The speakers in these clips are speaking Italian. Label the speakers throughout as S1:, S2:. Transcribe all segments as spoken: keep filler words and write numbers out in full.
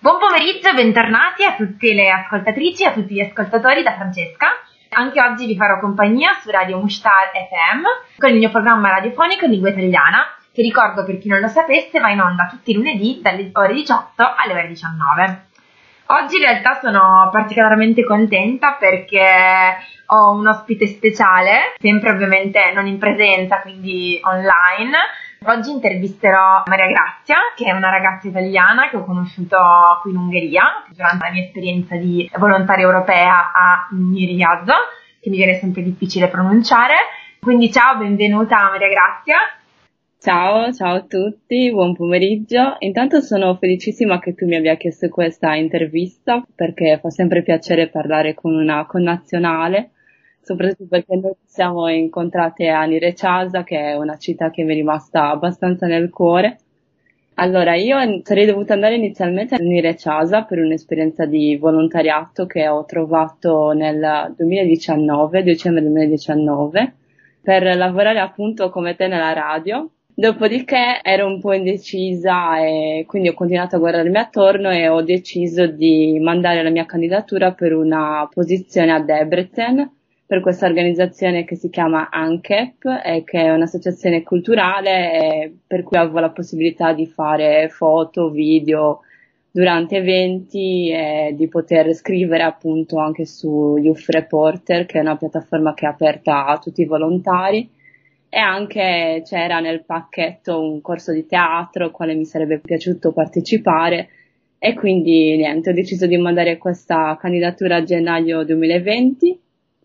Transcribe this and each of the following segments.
S1: Buon pomeriggio e bentornati a tutte le ascoltatrici e a tutti gli ascoltatori da Francesca. Anche oggi vi farò compagnia su Radio Mushtar F M con il mio programma radiofonico in lingua italiana, che ricordo per chi non lo sapesse va in onda tutti i lunedì dalle ore diciotto alle ore diciannove. Oggi in realtà sono particolarmente contenta perché ho un ospite speciale, sempre ovviamente non in presenza, quindi online. Oggi intervisterò Maria Grazia, che è una ragazza italiana che ho conosciuto qui in Ungheria durante la mia esperienza di volontaria europea a Nyíregyháza, che mi viene sempre difficile pronunciare. Quindi ciao, benvenuta Maria Grazia.
S2: Ciao, ciao a tutti, buon pomeriggio. Intanto sono felicissima che tu mi abbia chiesto questa intervista perché fa sempre piacere parlare con una connazionale, soprattutto perché noi ci siamo incontrate a Nyíregyháza, che è una città che mi è rimasta abbastanza nel cuore. Allora, io sarei dovuta andare inizialmente a Nyíregyháza per un'esperienza di volontariato che ho trovato nel duemiladiciannove, dicembre duemiladiciannove, per lavorare appunto come te nella radio. Dopodiché ero un po' indecisa e quindi ho continuato a guardarmi attorno e ho deciso di mandare la mia candidatura per una posizione a Debrecen, per questa organizzazione che si chiama ANCEP e che è un'associazione culturale e per cui avevo la possibilità di fare foto, video durante eventi e di poter scrivere appunto anche su Youth Reporter, che è una piattaforma che è aperta a tutti i volontari. E anche c'era nel pacchetto un corso di teatro al quale mi sarebbe piaciuto partecipare e quindi niente, ho deciso di mandare questa candidatura a gennaio duemilaventi.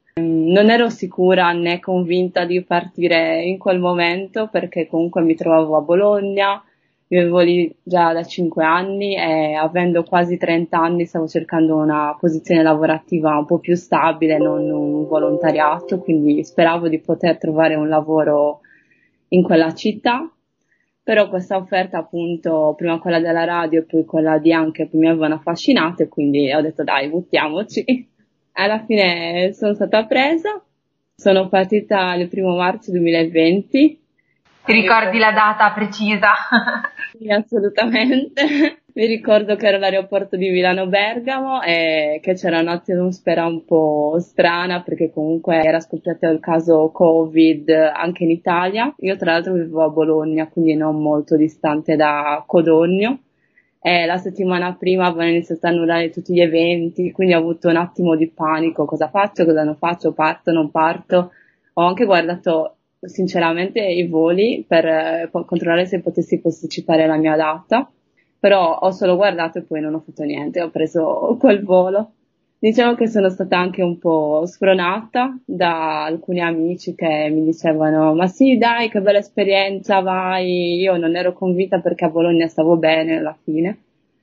S2: Non ero sicura né convinta di partire in quel momento perché comunque mi trovavo a Bologna, vivevo lì già da cinque anni e avendo quasi trenta anni stavo cercando una posizione lavorativa un po' più stabile, non un volontariato, quindi speravo di poter trovare un lavoro in quella città. Però questa offerta appunto, prima quella della radio e poi quella di Anche, mi avevano affascinato e quindi ho detto dai, buttiamoci. Alla fine sono stata presa, sono partita il primo marzo duemilaventi.
S1: Ti ricordi la data precisa?
S2: Sì, assolutamente. Mi ricordo che ero all'aeroporto di Milano-Bergamo e che c'era un'atmosfera un po' strana perché comunque era scoppiato il caso Covid anche in Italia. Io tra l'altro vivevo a Bologna, quindi non molto distante da Codogno. E la settimana prima avevano iniziato a annullare tutti gli eventi, quindi ho avuto un attimo di panico. Cosa faccio? Cosa non faccio? Parto? Non parto? Ho anche guardato sinceramente i voli per eh, controllare se potessi posticipare la mia data, però ho solo guardato e poi non ho fatto niente, ho preso quel volo. Diciamo che sono stata anche un po' spronata da alcuni amici che mi dicevano ma sì dai che bella esperienza, vai. Io non ero convinta perché a Bologna stavo bene alla fine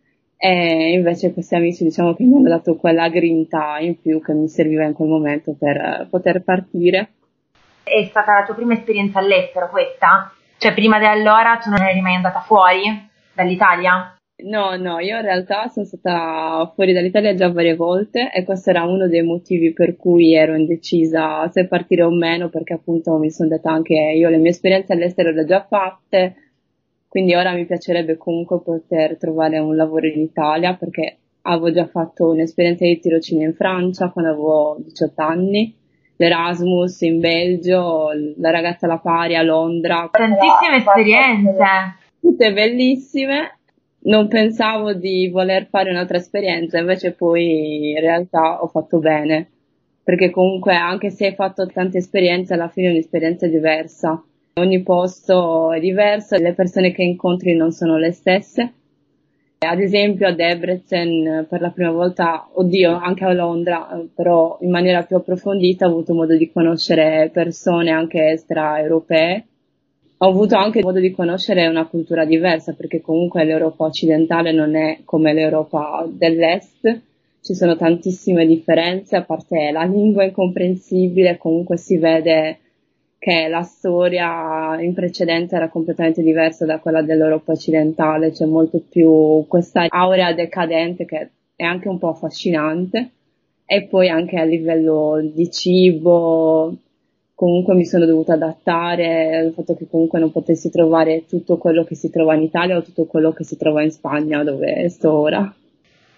S2: e invece questi amici diciamo che mi hanno dato quella grinta in più che mi serviva in quel momento per eh, poter partire.
S1: È stata la tua prima esperienza all'estero questa? Cioè prima di allora tu non eri mai andata fuori dall'Italia?
S2: No, no, io in realtà sono stata fuori dall'Italia già varie volte e questo era uno dei motivi per cui ero indecisa se partire o meno, perché appunto mi sono detta anche io le mie esperienze all'estero le ho già fatte, quindi ora mi piacerebbe comunque poter trovare un lavoro in Italia perché avevo già fatto un'esperienza di tirocinio in Francia quando avevo diciotto anni, l'Erasmus in Belgio, la ragazza alla pari a Londra.
S1: Tantissime esperienze!
S2: Tutte bellissime. Non pensavo di voler fare un'altra esperienza, invece poi in realtà ho fatto bene, perché comunque anche se hai fatto tante esperienze, alla fine è un'esperienza diversa. Ogni posto è diverso, le persone che incontri non sono le stesse. Ad esempio a Debrecen per la prima volta, oddio, anche a Londra, però in maniera più approfondita ho avuto modo di conoscere persone anche extraeuropee. Ho avuto anche modo di conoscere una cultura diversa perché comunque l'Europa occidentale non è come l'Europa dell'Est, ci sono tantissime differenze, a parte la lingua incomprensibile, comunque si vede che la storia in precedenza era completamente diversa da quella dell'Europa occidentale, c'è molto più questa aurea decadente che è anche un po' affascinante e poi anche a livello di cibo. Comunque mi sono dovuta adattare al fatto che comunque non potessi trovare tutto quello che si trova in Italia o tutto quello che si trova in Spagna, dove sto ora.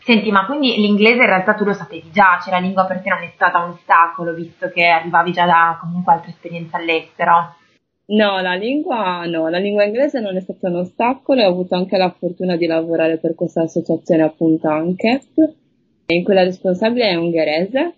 S1: Senti, ma quindi l'inglese in realtà tu lo sapevi già, cioè la lingua per te non è stata un ostacolo, visto che arrivavi già da comunque altre esperienze all'estero?
S2: No, la lingua no, la lingua inglese non è stato un ostacolo e ho avuto anche la fortuna di lavorare per questa associazione appunto ANCEP, in cui la responsabile è ungherese,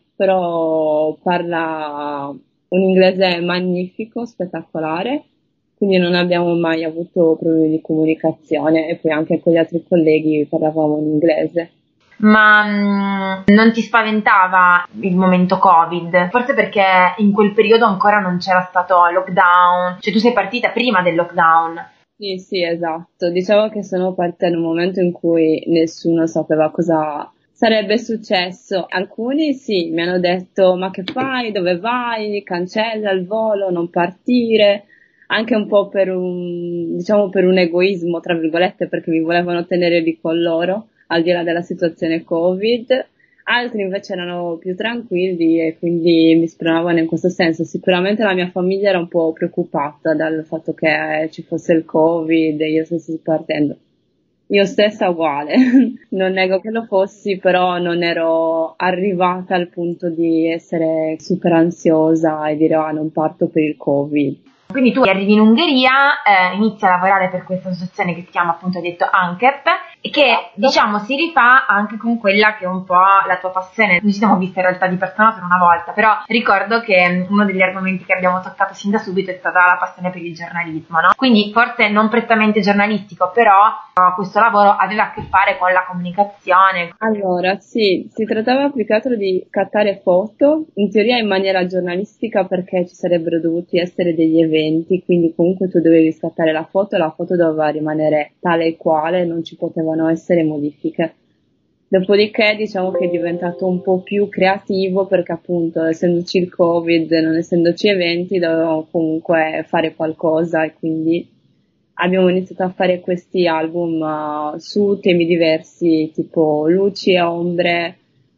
S2: però parla un inglese magnifico, spettacolare, quindi non abbiamo mai avuto problemi di comunicazione e poi anche con gli altri colleghi parlavamo in inglese.
S1: Ma mh, non ti spaventava il momento Covid? Forse perché in quel periodo ancora non c'era stato lockdown, cioè tu sei partita prima del lockdown.
S2: Sì, sì, esatto. Diciamo che sono partita in un momento in cui nessuno sapeva cosa sarebbe successo. Alcuni sì, mi hanno detto: ma che fai? Dove vai? Cancella il volo, non partire. Anche un po' per un, diciamo, per un egoismo, tra virgolette, perché mi volevano tenere lì con loro, al di là della situazione Covid. Altri invece erano più tranquilli e quindi mi spronavano in questo senso. Sicuramente la mia famiglia era un po' preoccupata dal fatto che ci fosse il Covid e io stessi partendo. Io stessa uguale, non nego che lo fossi, però non ero arrivata al punto di essere super ansiosa e dire ah non parto per il Covid.
S1: Quindi tu arrivi in Ungheria, eh, inizi a lavorare per questa associazione che si chiama appunto hai detto ANCEP e che diciamo si rifà anche con quella che è un po' la tua passione. Noi ci siamo viste in realtà di persona per una volta, però ricordo che uno degli argomenti che abbiamo toccato sin da subito è stata la passione per il giornalismo, no? Quindi forse non prettamente giornalistico, però questo lavoro aveva a che fare con la comunicazione.
S2: Allora, sì, si trattava più che altro di scattare foto, in teoria in maniera giornalistica perché ci sarebbero dovuti essere degli eventi, quindi comunque tu dovevi scattare la foto e la foto doveva rimanere tale e quale, non ci potevano essere modifiche. Dopodiché diciamo che è diventato un po' più creativo perché appunto essendoci il Covid, non essendoci eventi, dovevamo comunque fare qualcosa e quindi abbiamo iniziato a fare questi album uh, su temi diversi, tipo luci e ombre,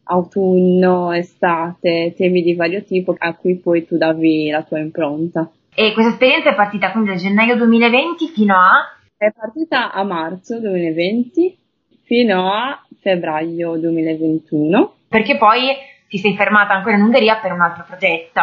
S2: autunno, estate, temi di vario tipo a cui poi tu davi la tua impronta.
S1: E questa esperienza è partita quindi da gennaio duemilaventi fino a...
S2: È partita a marzo duemilaventi fino a febbraio duemilaventuno.
S1: Perché poi ti sei fermata ancora in Ungheria per un altro progetto.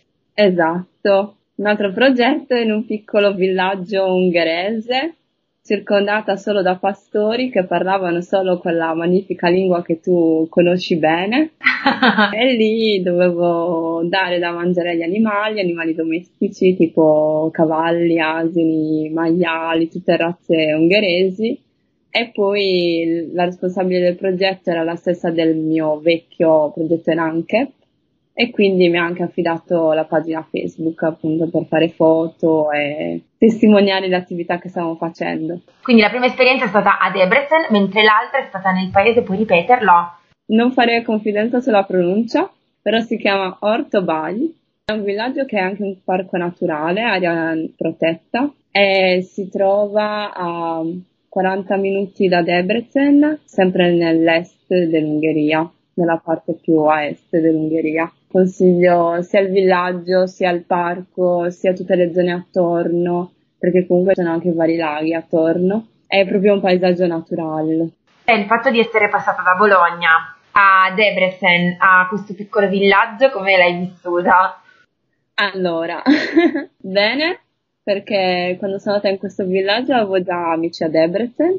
S2: Esatto, un altro progetto in un piccolo villaggio ungherese, circondata solo da pastori che parlavano solo quella magnifica lingua che tu conosci bene. E lì dovevo dare da mangiare agli animali, animali domestici tipo cavalli, asini, maiali, tutte razze ungheresi. E poi la responsabile del progetto era la stessa del mio vecchio progetto in ANCEP e quindi mi ha anche affidato la pagina Facebook appunto per fare foto e testimoniare le attività che stavamo facendo.
S1: Quindi la prima esperienza è stata a Debrecen, mentre l'altra è stata nel paese, puoi ripeterlo?
S2: Non farei confidenza sulla pronuncia, però si chiama Ortobaj, è un villaggio che è anche un parco naturale, area protetta, e si trova a quaranta minuti da Debrecen, sempre nell'est dell'Ungheria, nella parte più a est dell'Ungheria. Consiglio sia il villaggio, sia il parco, sia tutte le zone attorno, perché comunque ci sono anche vari laghi attorno. È proprio un paesaggio naturale.
S1: E il fatto di essere passata da Bologna a Debrecen, a questo piccolo villaggio, come l'hai vissuta?
S2: Allora, bene, perché quando sono andata in questo villaggio avevo già amici a Debrecen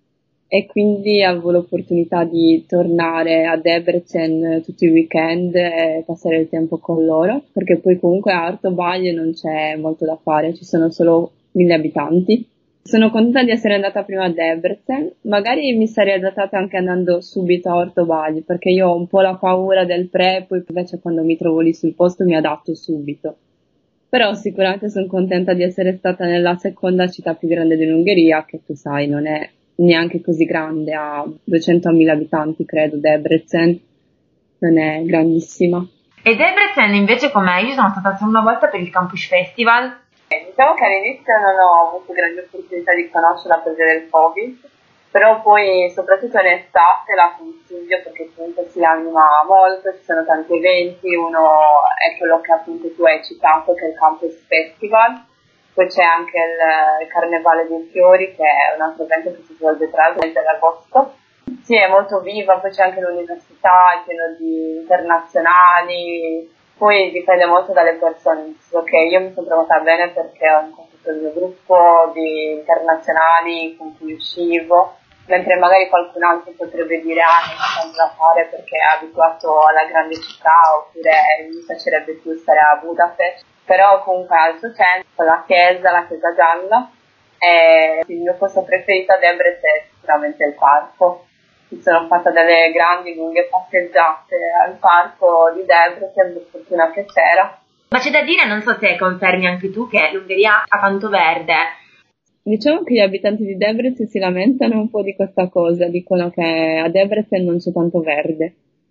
S2: e quindi avevo l'opportunità di tornare a Debrecen tutti i weekend e passare il tempo con loro, perché poi comunque a Ortobaj non c'è molto da fare, ci sono solo mille abitanti. Sono contenta di essere andata prima a Debrecen, magari mi sarei adattata anche andando subito a Ortobaj, perché io ho un po' la paura del pre, poi invece quando mi trovo lì sul posto mi adatto subito. Però sicuramente sono contenta di essere stata nella seconda città più grande dell'Ungheria, che tu sai non è neanche così grande, ha duecentomila abitanti credo, Debrecen, non è grandissima.
S1: E Debrecen invece com'è? Io sono stata solo una volta per il Campus Festival.
S2: Diciamo che all'inizio non ho avuto grandi opportunità di conoscerla per vedere il Covid, però poi soprattutto in estate la consiglio perché comunque si anima molto, ci sono tanti eventi, uno è quello che appunto tu hai citato che è il Campus Festival, poi c'è anche il, il Carnevale dei Fiori che è un altro evento che si svolge tra l'altro nel mese di agosto. Sì, è molto viva, poi c'è anche l'università, è pieno di internazionali, poi dipende molto dalle persone, nel senso che io mi sono trovata bene perché ho incontrato il mio gruppo di internazionali con cui uscivo, mentre magari qualcun altro potrebbe dire ah, non c'è tanto da fare perché è abituato alla grande città, oppure mi piacerebbe più stare a Budapest, però comunque al suo centro, la chiesa, la chiesa gialla, e il mio posto preferito a Debrecen è sicuramente il parco. Mi sono fatta delle grandi lunghe passeggiate al parco di Debrecen, per fortuna che c'era.
S1: Ma c'è da dire, non so se confermi anche tu, che l'Ungheria ha tanto verde.
S2: Diciamo che gli abitanti di Debrecen si lamentano un po' di questa cosa, dicono che a Debrecen non c'è tanto verde.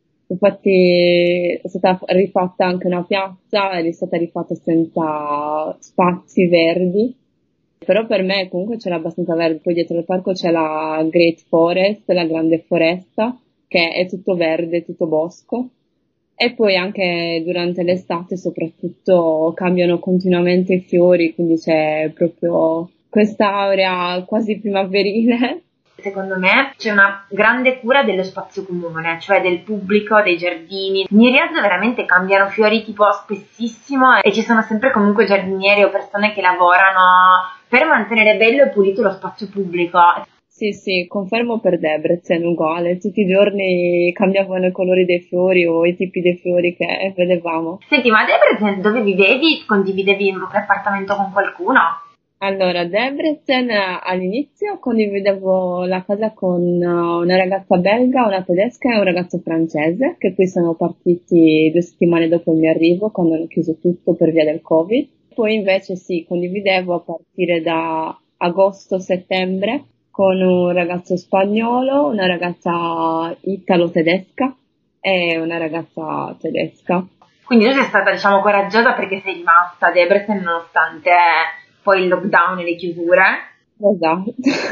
S2: Infatti è stata rifatta anche una piazza ed è stata rifatta senza spazi verdi, però per me comunque c'era abbastanza verde. Poi dietro il parco c'è la Great Forest, la grande foresta, che è tutto verde, tutto bosco. E poi anche durante l'estate soprattutto cambiano continuamente i fiori, quindi c'è proprio questa aurea quasi primaverile.
S1: Secondo me c'è una grande cura dello spazio comune, cioè del pubblico, dei giardini. In Riad veramente cambiano fiori tipo spessissimo e ci sono sempre comunque giardinieri o persone che lavorano per mantenere bello e pulito lo spazio pubblico.
S2: Sì, sì, confermo per Debrecen, uguale. Tutti i giorni cambiavano i colori dei fiori o i tipi dei fiori che vedevamo.
S1: Senti, ma a Debrecen dove vivevi? Condividevi un appartamento con qualcuno?
S2: Allora, a Debrecen all'inizio condividevo la casa con una ragazza belga, una tedesca e un ragazzo francese, che poi sono partiti due settimane dopo il mio arrivo, quando hanno chiuso tutto per via del Covid. Poi invece sì, condividevo a partire da agosto-settembre con un ragazzo spagnolo, una ragazza italo-tedesca e una ragazza tedesca.
S1: Quindi tu sei stata, diciamo, coraggiosa perché sei rimasta a Debrecen nonostante poi il lockdown e le chiusure.
S2: Esatto.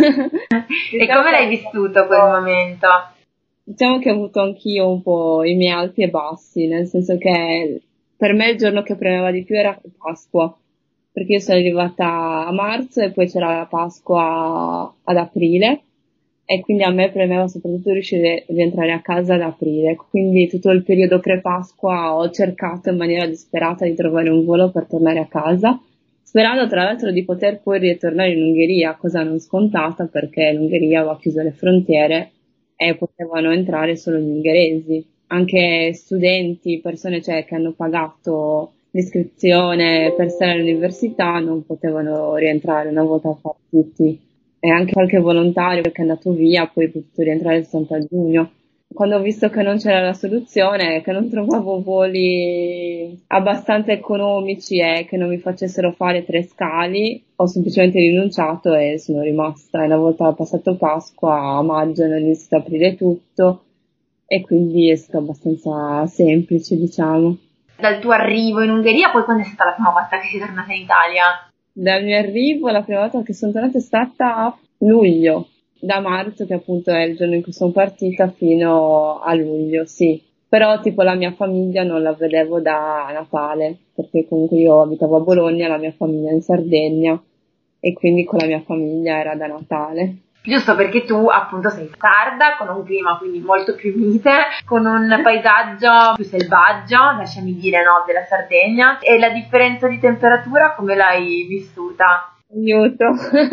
S1: E come l'hai vissuto quel momento?
S2: Diciamo che ho avuto anch'io un po' i miei alti e bassi, nel senso che per me il giorno che premeva di più era Pasqua, perché io sono arrivata a marzo e poi c'era la Pasqua ad aprile, e quindi a me premeva soprattutto riuscire a rientrare a casa ad aprile. Quindi tutto il periodo pre-Pasqua ho cercato in maniera disperata di trovare un volo per tornare a casa, sperando tra l'altro di poter poi ritornare in Ungheria, cosa non scontata perché l'Ungheria aveva chiuso le frontiere e potevano entrare solo gli ungheresi. Anche studenti, persone cioè, che hanno pagato l'iscrizione per stare all'università non potevano rientrare una volta partiti, e anche qualche volontario che è andato via poi è potuto rientrare soltanto a giugno. Quando ho visto che non c'era la soluzione, che non trovavo voli abbastanza economici e che non mi facessero fare tre scali, ho semplicemente rinunciato e sono rimasta. E una volta passato Pasqua, a maggio hanno iniziato a aprire tutto e quindi è stato abbastanza semplice, diciamo.
S1: Dal tuo arrivo in Ungheria, poi quando è stata la prima volta che sei tornata in Italia?
S2: Dal mio arrivo, la prima volta che sono tornata è stata a luglio. Da marzo, che appunto è il giorno in cui sono partita, fino a luglio, sì. Però tipo la mia famiglia non la vedevo da Natale, perché comunque io abitavo a Bologna, la mia famiglia è in Sardegna, e quindi con la mia famiglia era da Natale.
S1: Giusto, perché tu appunto sei sarda, con un clima quindi molto più mite, con un paesaggio più selvaggio, lasciami dire, no, della Sardegna. E la differenza di temperatura come l'hai vissuta?
S2: Aiuto!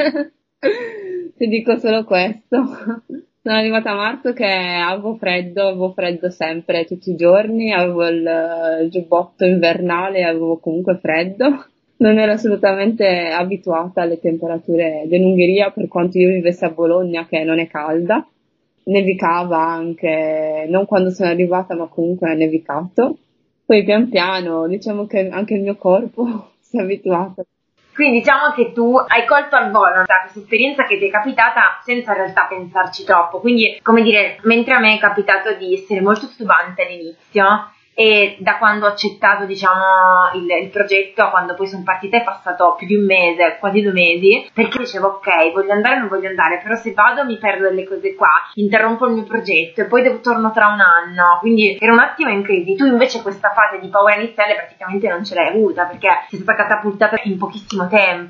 S2: Ti dico solo questo. Sono arrivata a marzo che avevo freddo, avevo freddo sempre, tutti i giorni, avevo il, il giubbotto invernale, avevo comunque freddo. Non ero assolutamente abituata alle temperature dell'Ungheria, per quanto io vivessi a Bologna, che non è calda. Nevicava anche, non quando sono arrivata, ma comunque ha nevicato. Poi pian piano, diciamo che anche il mio corpo si è abituato.
S1: Quindi diciamo che tu hai colto al volo questa esperienza che ti è capitata senza in realtà pensarci troppo. Quindi, come dire, mentre a me è capitato di essere molto titubante all'inizio, e da quando ho accettato, diciamo, il, il progetto a quando poi sono partita è passato più di un mese, quasi due mesi, perché dicevo ok, voglio andare o non voglio andare, però se vado mi perdo delle cose qua, interrompo il mio progetto e poi devo torno tra un anno, quindi ero un attimo in crisi. Tu invece questa fase di paura iniziale praticamente non ce l'hai avuta, perché sei stata catapultata in pochissimo tempo.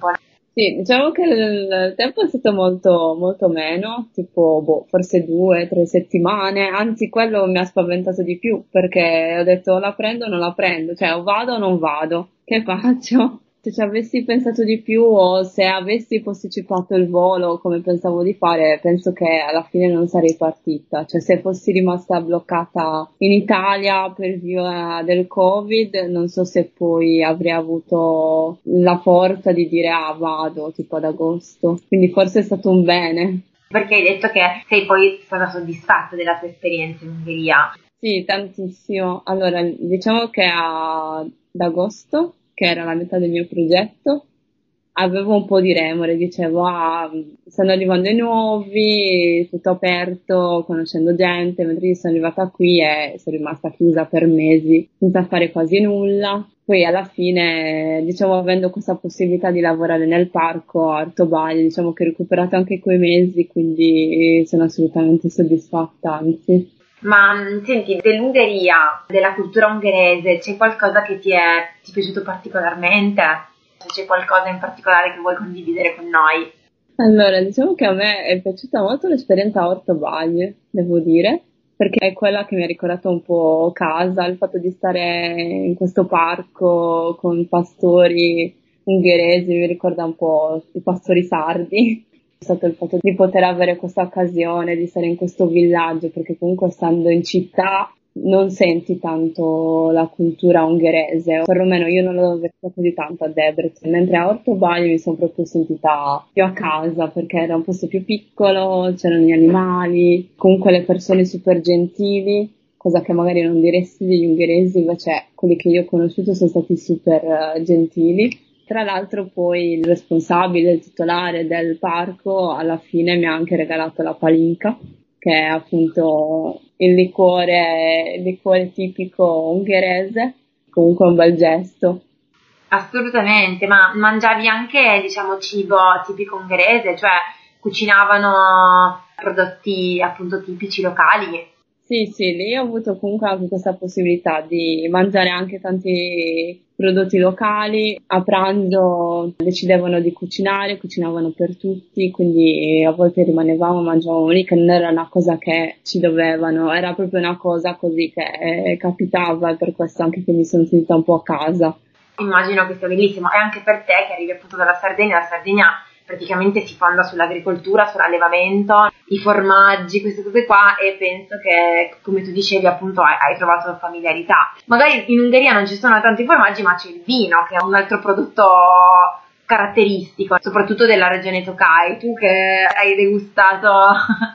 S2: Sì, diciamo che il tempo è stato molto, molto meno, tipo, boh, forse due, tre settimane, anzi quello mi ha spaventato di più perché ho detto o la prendo o non la prendo, cioè o vado o non vado, che faccio? Se ci avessi pensato di più o se avessi posticipato il volo come pensavo di fare, penso che alla fine non sarei partita. Cioè, se fossi rimasta bloccata in Italia per via del Covid, non so se poi avrei avuto la forza di dire ah, vado, tipo ad agosto. Quindi forse è stato un bene.
S1: Perché hai detto che sei poi stata soddisfatta della tua esperienza in Ungheria.
S2: Sì, tantissimo. Allora, diciamo che a- ad agosto, che era la metà del mio progetto, avevo un po' di remore, dicevo, ah, stanno arrivando i nuovi, tutto aperto, conoscendo gente, mentre io sono arrivata qui e sono rimasta chiusa per mesi, senza fare quasi nulla. Poi alla fine, diciamo, avendo questa possibilità di lavorare nel parco a Ortobaglio, diciamo che ho recuperato anche quei mesi, quindi sono assolutamente soddisfatta, anzi.
S1: Ma mh, senti, dell'Ungheria, della cultura ungherese, c'è qualcosa che ti è, ti è piaciuto particolarmente? Se c'è qualcosa in particolare che vuoi condividere con noi?
S2: Allora, diciamo che a me è piaciuta molto l'esperienza a Ortobaglio, devo dire, perché è quella che mi ha ricordato un po' casa, il fatto di stare in questo parco con pastori ungheresi, mi ricorda un po' i pastori sardi. È stato il fatto di poter avere questa occasione di stare in questo villaggio, perché comunque stando in città non senti tanto la cultura ungherese, perlomeno io non l'ho avvertito così tanto a Debrecen, mentre a Ortobaglio mi sono proprio sentita più a casa perché era un posto più piccolo, c'erano gli animali, comunque le persone super gentili, cosa che magari non diresti degli ungheresi, invece quelli che io ho conosciuto sono stati super eh, gentili. Tra l'altro poi il responsabile, il titolare del parco, alla fine mi ha anche regalato la palinka, che è appunto il liquore, il liquore tipico ungherese, comunque è un bel gesto.
S1: Assolutamente, ma mangiavi anche, diciamo, cibo tipico ungherese, cioè cucinavano prodotti appunto tipici locali?
S2: Sì, sì, lì ho avuto comunque anche questa possibilità di mangiare anche tanti prodotti locali. A pranzo decidevano di cucinare, cucinavano per tutti, quindi a volte rimanevamo, mangiavamo lì, che non era una cosa che ci dovevano, era proprio una cosa così che eh, capitava e per questo anche che mi sono sentita un po' a casa.
S1: Immagino che sia bellissimo, e anche per te che arrivi appunto dalla Sardegna, la Sardegna praticamente si fonda sull'agricoltura, sull'allevamento, i formaggi, queste cose qua, e penso che, come tu dicevi, appunto hai, hai trovato familiarità. Magari in Ungheria non ci sono tanti formaggi, ma c'è il vino, che è un altro prodotto caratteristico, soprattutto della regione Tokai. Tu che hai degustato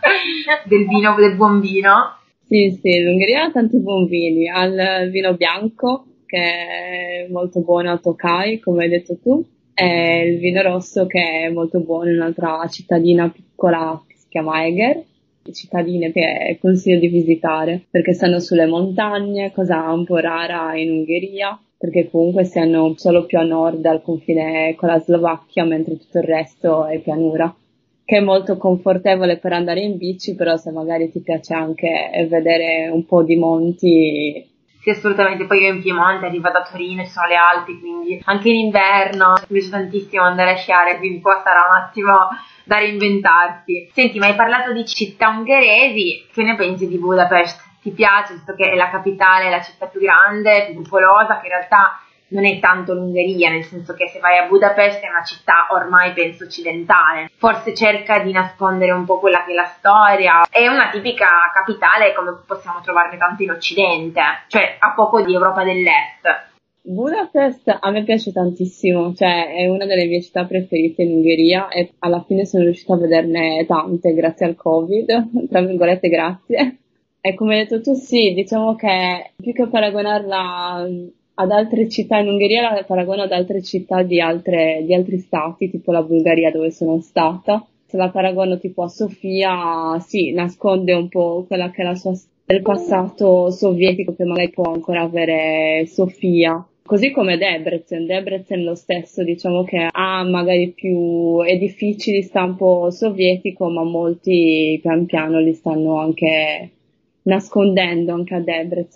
S1: del vino, del buon vino?
S2: Sì, sì, l'Ungheria ha tanti buoni vini, ha il vino bianco che è molto buono a Tokai, come hai detto tu, e il vino rosso che è molto buono in un'altra cittadina piccola che si chiama Eger, cittadine che consiglio di visitare perché stanno sulle montagne, cosa un po' rara in Ungheria, perché comunque stanno solo più a nord al confine con la Slovacchia, mentre tutto il resto è pianura, che è molto confortevole per andare in bici, però se magari ti piace anche vedere un po' di monti.
S1: Sì, assolutamente, poi io in Piemonte arrivo da Torino e sono le Alpi, quindi anche in inverno mi piace tantissimo andare a sciare, quindi qua sarà un attimo da reinventarsi. Senti, ma hai parlato di città ungheresi, che ne pensi di Budapest? Ti piace, visto che è la capitale, la città più grande, più popolosa, che in realtà non è tanto l'Ungheria, nel senso che se vai a Budapest è una città ormai penso occidentale, forse cerca di nascondere un po' quella che è la storia, è una tipica capitale come possiamo trovarne tante in Occidente, cioè a poco di Europa dell'Est.
S2: Budapest a me piace tantissimo, cioè è una delle mie città preferite in Ungheria e alla fine sono riuscita a vederne tante grazie al Covid, tra virgolette grazie. E come hai detto tu, sì, diciamo che più che paragonarla ad altre città in Ungheria, la paragono ad altre città di, altre, di altri stati, tipo la Bulgaria dove sono stata. Se la paragono tipo a Sofia, sì, nasconde un po' quella che è la sua del passato sovietico che magari può ancora avere Sofia. Così come Debrecen, Debrecen lo stesso, diciamo che ha magari più edifici di stampo sovietico, ma molti pian piano li stanno anche nascondendo anche a Debrecen.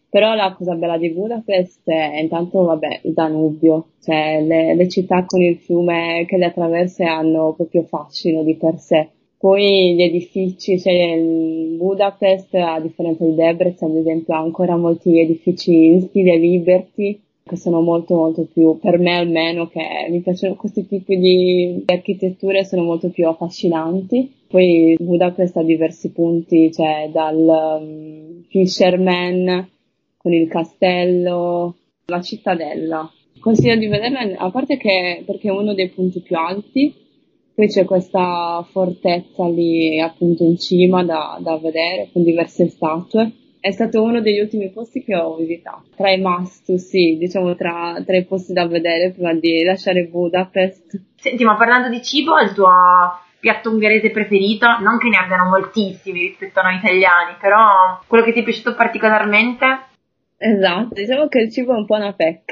S2: Però la cosa bella di Budapest è intanto, vabbè, il Danubio, cioè le, le città con il fiume che le attraversa hanno proprio fascino di per sé. Poi gli edifici, cioè il Budapest, a differenza di Debrecen, ad esempio, ha ancora molti edifici in stile Liberty, che sono molto molto più, per me almeno, che mi piacciono questi tipi di architetture, sono molto più affascinanti. Poi Budapest ha diversi punti, cioè dal um, Fisherman, con il castello, la cittadella. Consiglio di vederla, a parte che perché è uno dei punti più alti, poi c'è questa fortezza lì appunto in cima da, da vedere con diverse statue. È stato uno degli ultimi posti che ho visitato. Tra i must, sì, diciamo tra, tra i posti da vedere prima di lasciare Budapest.
S1: Senti, ma parlando di cibo, il tuo piatto ungherese preferito? Non che ne abbiano moltissimi rispetto a noi italiani, però quello che ti è piaciuto particolarmente?
S2: Esatto, diciamo che il cibo è un po' una pecca,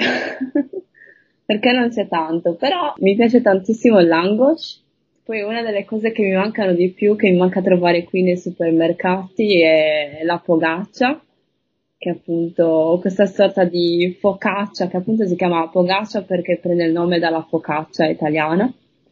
S2: perché non c'è tanto, però mi piace tantissimo il langos. Poi una delle cose che mi mancano di più, che mi manca trovare qui nei supermercati, è la focaccia, che è appunto questa sorta di focaccia, che appunto si chiama focaccia perché prende il nome dalla focaccia italiana.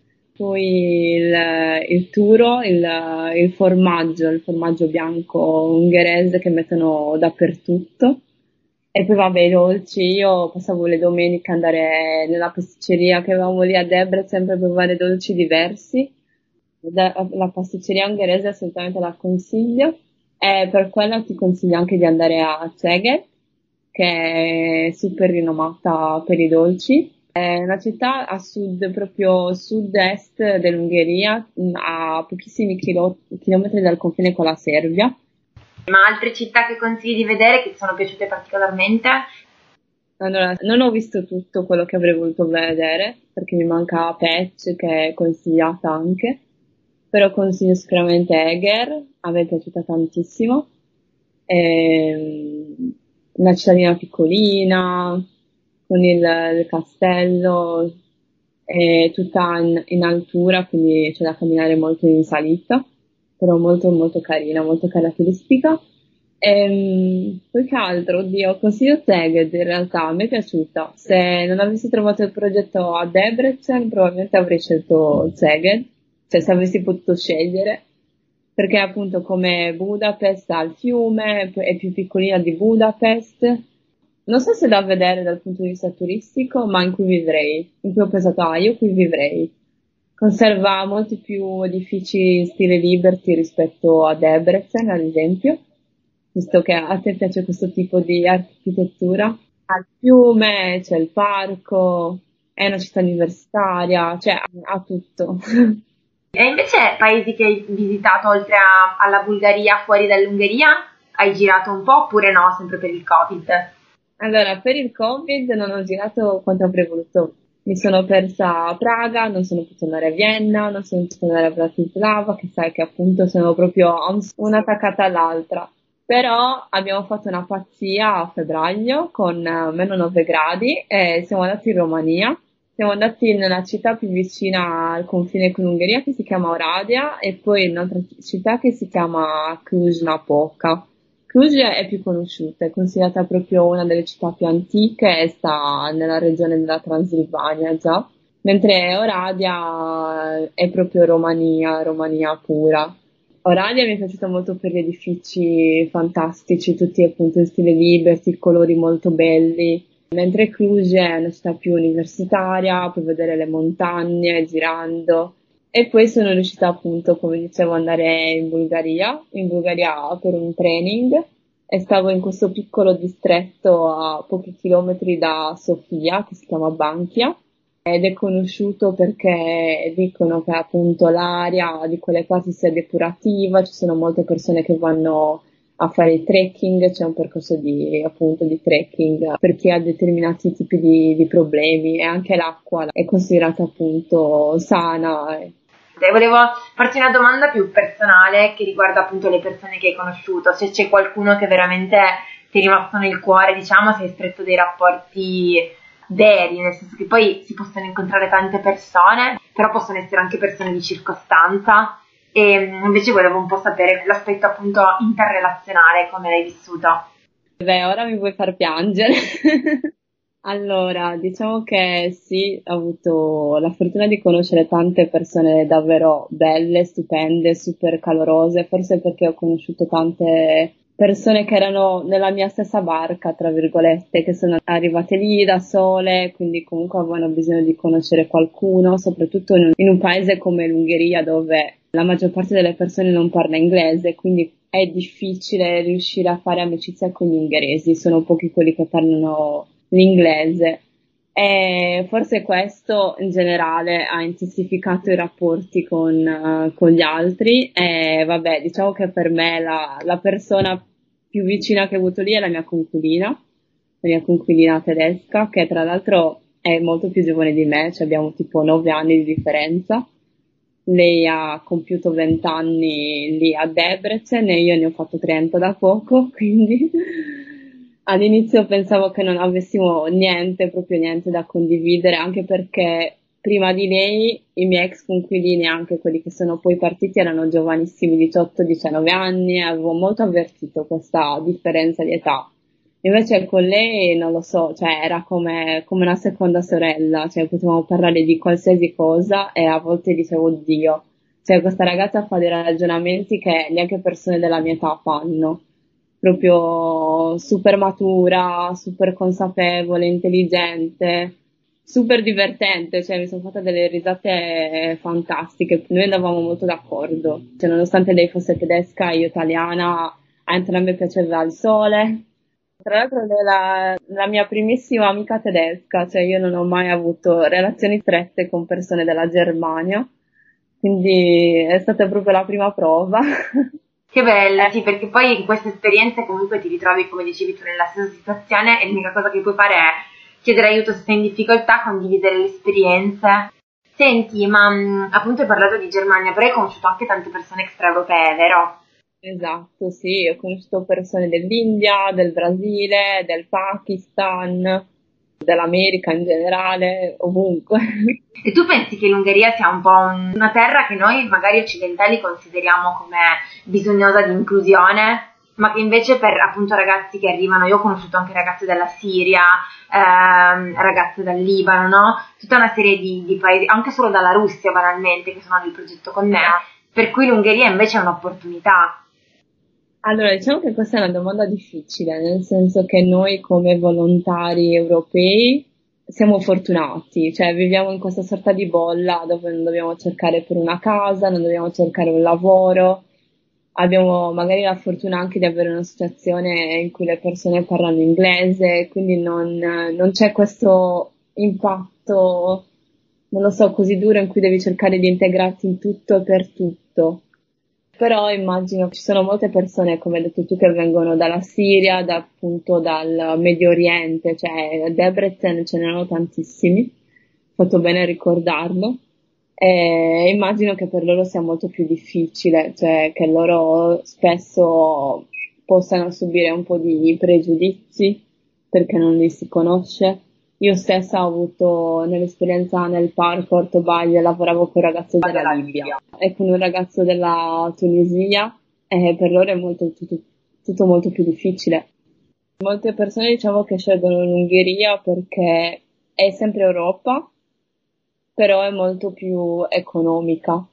S2: Poi il, il turo, il, il formaggio, il formaggio bianco ungherese che mettono dappertutto. E poi vabbè, i dolci, io passavo le domeniche ad andare nella pasticceria che avevamo lì a Debrecen per provare dolci diversi. Da- La pasticceria ungherese assolutamente la consiglio e per quella ti consiglio anche di andare a Szeged, che è super rinomata per i dolci. È una città a sud, proprio sud-est dell'Ungheria, mh, a pochissimi chilo- chilometri dal confine con la Serbia.
S1: Ma altre città che consigli di vedere che ti sono piaciute particolarmente?
S2: Allora, non ho visto tutto quello che avrei voluto vedere, perché mi manca Pec, che è consigliata anche, però consiglio sicuramente Eger, a me è piaciuta tantissimo. Ehm, una cittadina piccolina, con il, il castello, è tutta in, in altura, quindi c'è da camminare molto in salita, però molto molto carina, molto caratteristica. Ehm, poi che altro, oddio, consiglio Szeged in realtà, mi è piaciuta. Se non avessi trovato il progetto a Debrecen, probabilmente avrei scelto Szeged, cioè se avessi potuto scegliere, perché appunto come Budapest ha il fiume, è più piccolina di Budapest. Non so se da vedere dal punto di vista turistico, ma in cui vivrei, in cui ho pensato, ah, io qui vivrei. Conserva molti più edifici in stile Liberty rispetto a Debrecen, ad esempio, visto che a te piace questo tipo di architettura. Ha il fiume, c'è il parco, è una città universitaria, cioè ha, ha tutto.
S1: E invece paesi che hai visitato oltre a- alla Bulgaria, fuori dall'Ungheria? Hai girato un po' oppure no, sempre per il Covid?
S2: Allora, per il Covid non ho girato quanto avrei voluto. Mi sono persa a Praga, non sono potuta andare a Vienna, non sono potuta andare a Bratislava, che sai che appunto sono proprio una attaccata all'altra. Però abbiamo fatto una pazzia a febbraio con eh, meno nove gradi e siamo andati in Romania. Siamo andati nella città più vicina al confine con l'Ungheria che si chiama Oradea e poi in un'altra città che si chiama Cluj-Napoca. Cluj è più conosciuta, è considerata proprio una delle città più antiche e sta nella regione della Transilvania già, mentre Oradea è proprio Romania, Romania pura. Oradea mi è piaciuta molto per gli edifici fantastici, tutti appunto in stile Liberty, colori molto belli, mentre Cluj è una città più universitaria, puoi vedere le montagne girando. E poi sono riuscita appunto, come dicevo, ad andare in Bulgaria, in Bulgaria per un training e stavo in questo piccolo distretto a pochi chilometri da Sofia, che si chiama Bankia, ed è conosciuto perché dicono che appunto l'aria di quelle parti sia depurativa, ci sono molte persone che vanno a fare il trekking, c'è un percorso di, appunto, di trekking per chi ha determinati tipi di, di problemi e anche l'acqua è considerata appunto sana.
S1: E volevo farti una domanda più personale che riguarda appunto le persone che hai conosciuto, se c'è qualcuno che veramente ti è rimasto nel cuore, diciamo, se hai stretto dei rapporti veri, nel senso che poi si possono incontrare tante persone, però possono essere anche persone di circostanza, e invece volevo un po' sapere l'aspetto appunto interrelazionale, come l'hai vissuto.
S2: Beh, ora mi vuoi far piangere. Allora, diciamo che sì, ho avuto la fortuna di conoscere tante persone davvero belle, stupende, super calorose, forse perché ho conosciuto tante persone che erano nella mia stessa barca, tra virgolette, che sono arrivate lì da sole, quindi comunque avevano bisogno di conoscere qualcuno, soprattutto in un, in un paese come l'Ungheria dove la maggior parte delle persone non parla inglese, quindi è difficile riuscire a fare amicizia con gli ungheresi, sono pochi quelli che parlano l'inglese e forse questo in generale ha intensificato i rapporti con, eh, con gli altri e vabbè, diciamo che per me la, la persona più vicina che ho avuto lì è la mia coinquilina, la mia coinquilina tedesca, che tra l'altro è molto più giovane di me, cioè abbiamo tipo nove anni di differenza. Lei ha compiuto venti anni lì a Debrecen e io ne ho fatto trenta da poco, quindi all'inizio pensavo che non avessimo niente, proprio niente da condividere, anche perché prima di lei i miei ex coinquilini, anche quelli che sono poi partiti, erano giovanissimi, diciotto diciannove anni, e avevo molto avvertito questa differenza di età. Invece con lei, non lo so, cioè era come, come una seconda sorella, cioè potevamo parlare di qualsiasi cosa e a volte dicevo, oddio, cioè questa ragazza fa dei ragionamenti che neanche persone della mia età fanno, proprio super matura, super consapevole, intelligente, super divertente, cioè mi sono fatta delle risate fantastiche, noi andavamo molto d'accordo, cioè nonostante lei fosse tedesca e io italiana, a entrambe piaceva il sole. Tra l'altro è la, la mia primissima amica tedesca, cioè io non ho mai avuto relazioni strette con persone della Germania, quindi è stata proprio la prima prova.
S1: Che bella, sì, perché poi in queste esperienze comunque ti ritrovi, come dicevi tu, nella stessa situazione e l'unica cosa che puoi fare è chiedere aiuto se sei in difficoltà, condividere le esperienze. Senti, ma mh, appunto hai parlato di Germania, però hai conosciuto anche tante persone extraeuropee, vero?
S2: Esatto, sì, ho conosciuto persone dell'India, del Brasile, del Pakistan, dell'America in generale, ovunque.
S1: E tu pensi che l'Ungheria sia un po' un- una terra che noi magari occidentali consideriamo come bisognosa di inclusione, ma che invece per appunto ragazzi che arrivano, io ho conosciuto anche ragazze dalla Siria, ehm, ragazze dal Libano, no? Tutta una serie di, di paesi, anche solo dalla Russia banalmente, che sono nel progetto con me, per cui l'Ungheria invece è un'opportunità.
S2: Allora, diciamo che questa è una domanda difficile, nel senso che noi come volontari europei siamo fortunati, cioè viviamo in questa sorta di bolla dove non dobbiamo cercare per una casa, non dobbiamo cercare un lavoro, abbiamo magari la fortuna anche di avere una situazione in cui le persone parlano inglese, quindi non, non c'è questo impatto, non lo so, così duro in cui devi cercare di integrarti in tutto e per tutto. Però immagino che ci sono molte persone, come hai detto tu, che vengono dalla Siria, da, appunto dal Medio Oriente, cioè a Debrecen ce n'erano tantissimi, ho fatto bene a ricordarlo, e immagino che per loro sia molto più difficile, cioè che loro spesso possano subire un po' di pregiudizi perché non li si conosce. Io stessa ho avuto nell'esperienza nel parco Ortobaglio, lavoravo con un ragazzo della Libia e con un ragazzo della Tunisia e per loro è molto, tutto, tutto molto più difficile. Molte persone diciamo che scelgono l'Ungheria perché è sempre Europa, però è molto più economica.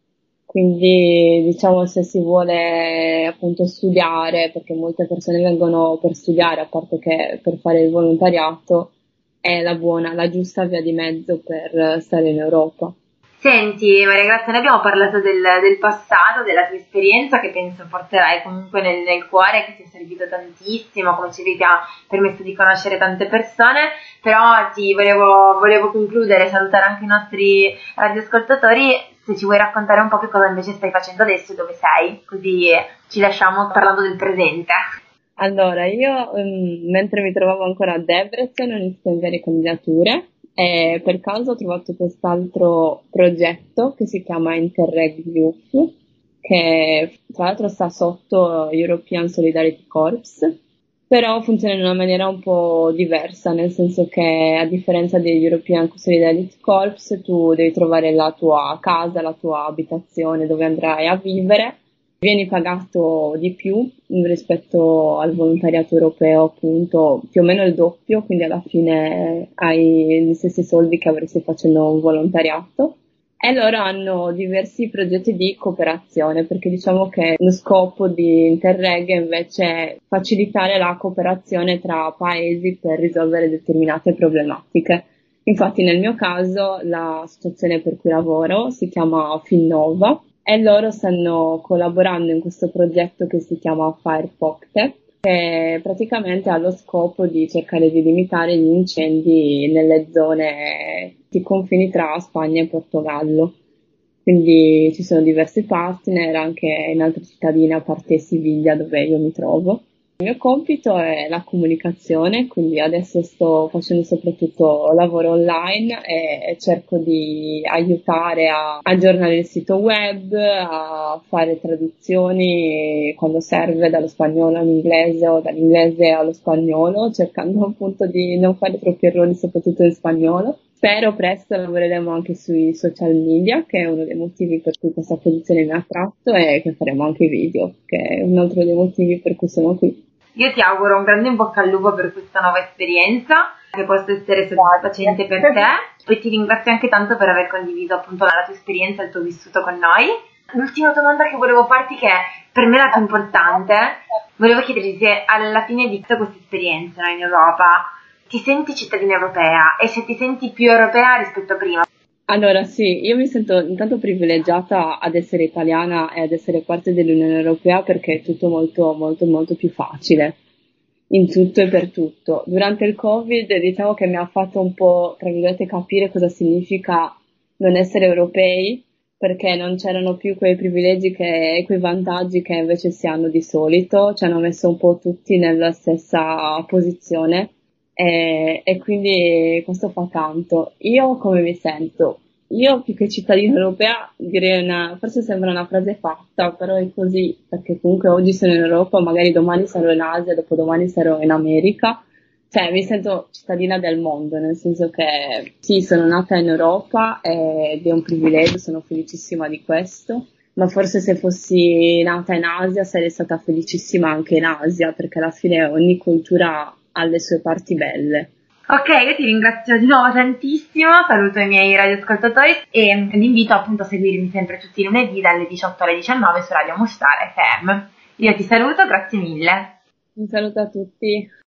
S2: Quindi diciamo se si vuole appunto studiare, perché molte persone vengono per studiare, a parte che per fare il volontariato, è la buona, la giusta via di mezzo per stare in Europa.
S1: Senti, Maria Grazia, noi abbiamo parlato del, del passato, della tua esperienza che penso porterai comunque nel, nel cuore, che ti è servito tantissimo, come ci ti ha permesso di conoscere tante persone, però ti volevo, volevo concludere, salutare anche i nostri radioascoltatori, se ci vuoi raccontare un po' che cosa invece stai facendo adesso e dove sei, così ci lasciamo parlando del presente.
S2: Allora, io um, mentre mi trovavo ancora a Debrecen ho iniziato a inviare candidature e per caso ho trovato quest'altro progetto che si chiama Interreg Youth, che tra l'altro sta sotto European Solidarity Corps, però funziona in una maniera un po' diversa, nel senso che a differenza degli European Solidarity Corps tu devi trovare la tua casa, la tua abitazione dove andrai a vivere vieni pagato di più rispetto al volontariato europeo, appunto più o meno il doppio, quindi alla fine hai gli stessi soldi che avresti facendo un volontariato. E loro hanno diversi progetti di cooperazione, perché diciamo che lo scopo di Interreg invece è facilitare la cooperazione tra paesi per risolvere determinate problematiche. Infatti nel mio caso l'associazione per cui lavoro si chiama Finnova e loro stanno collaborando in questo progetto che si chiama Firepocte, che praticamente ha lo scopo di cercare di limitare gli incendi nelle zone di confini tra Spagna e Portogallo. Quindi ci sono diversi partner anche in altre cittadine a parte Siviglia dove io mi trovo. Il mio compito è la comunicazione, quindi adesso sto facendo soprattutto lavoro online e cerco di aiutare a aggiornare il sito web, a fare traduzioni quando serve dallo spagnolo all'inglese o dall'inglese allo spagnolo, cercando appunto di non fare troppi errori soprattutto in spagnolo. Spero presto lavoreremo anche sui social media, che è uno dei motivi per cui questa posizione mi ha attratto, e che faremo anche video, che è un altro dei motivi per cui sono qui.
S1: Io ti auguro un grande in bocca al lupo per questa nuova esperienza, che possa essere soddisfacente per te, e ti ringrazio anche tanto per aver condiviso appunto la tua esperienza e il tuo vissuto con noi. L'ultima domanda che volevo farti, che per me è la più importante, volevo chiederti se alla fine di tutta questa esperienza, no, in Europa ti senti cittadina europea e se ti senti più europea rispetto a prima.
S2: Allora sì, io mi sento intanto privilegiata ad essere italiana e ad essere parte dell'Unione Europea perché è tutto molto molto molto più facile, in tutto e per tutto. Durante il Covid diciamo che mi ha fatto un po', tra virgolette, capire cosa significa non essere europei, perché non c'erano più quei privilegi e quei vantaggi che invece si hanno di solito, ci hanno messo un po' tutti nella stessa posizione. E, e quindi questo fa tanto. Io come mi sento? Io più che cittadina europea direi una, forse sembra una frase fatta, però è così, perché comunque oggi sono in Europa, magari domani sarò in Asia, dopodomani sarò in America, cioè mi sento cittadina del mondo, nel senso che sì, sono nata in Europa ed è un privilegio, sono felicissima di questo, ma forse se fossi nata in Asia sarei stata felicissima anche in Asia, perché alla fine ogni cultura alle sue parti belle.
S1: Ok, io ti ringrazio di nuovo tantissimo, saluto i miei radioascoltatori e li invito appunto a seguirmi sempre tutti i lunedì dalle diciotto alle diciannove su Radio Mustar F M. Io ti saluto, grazie mille.
S2: Un saluto a tutti.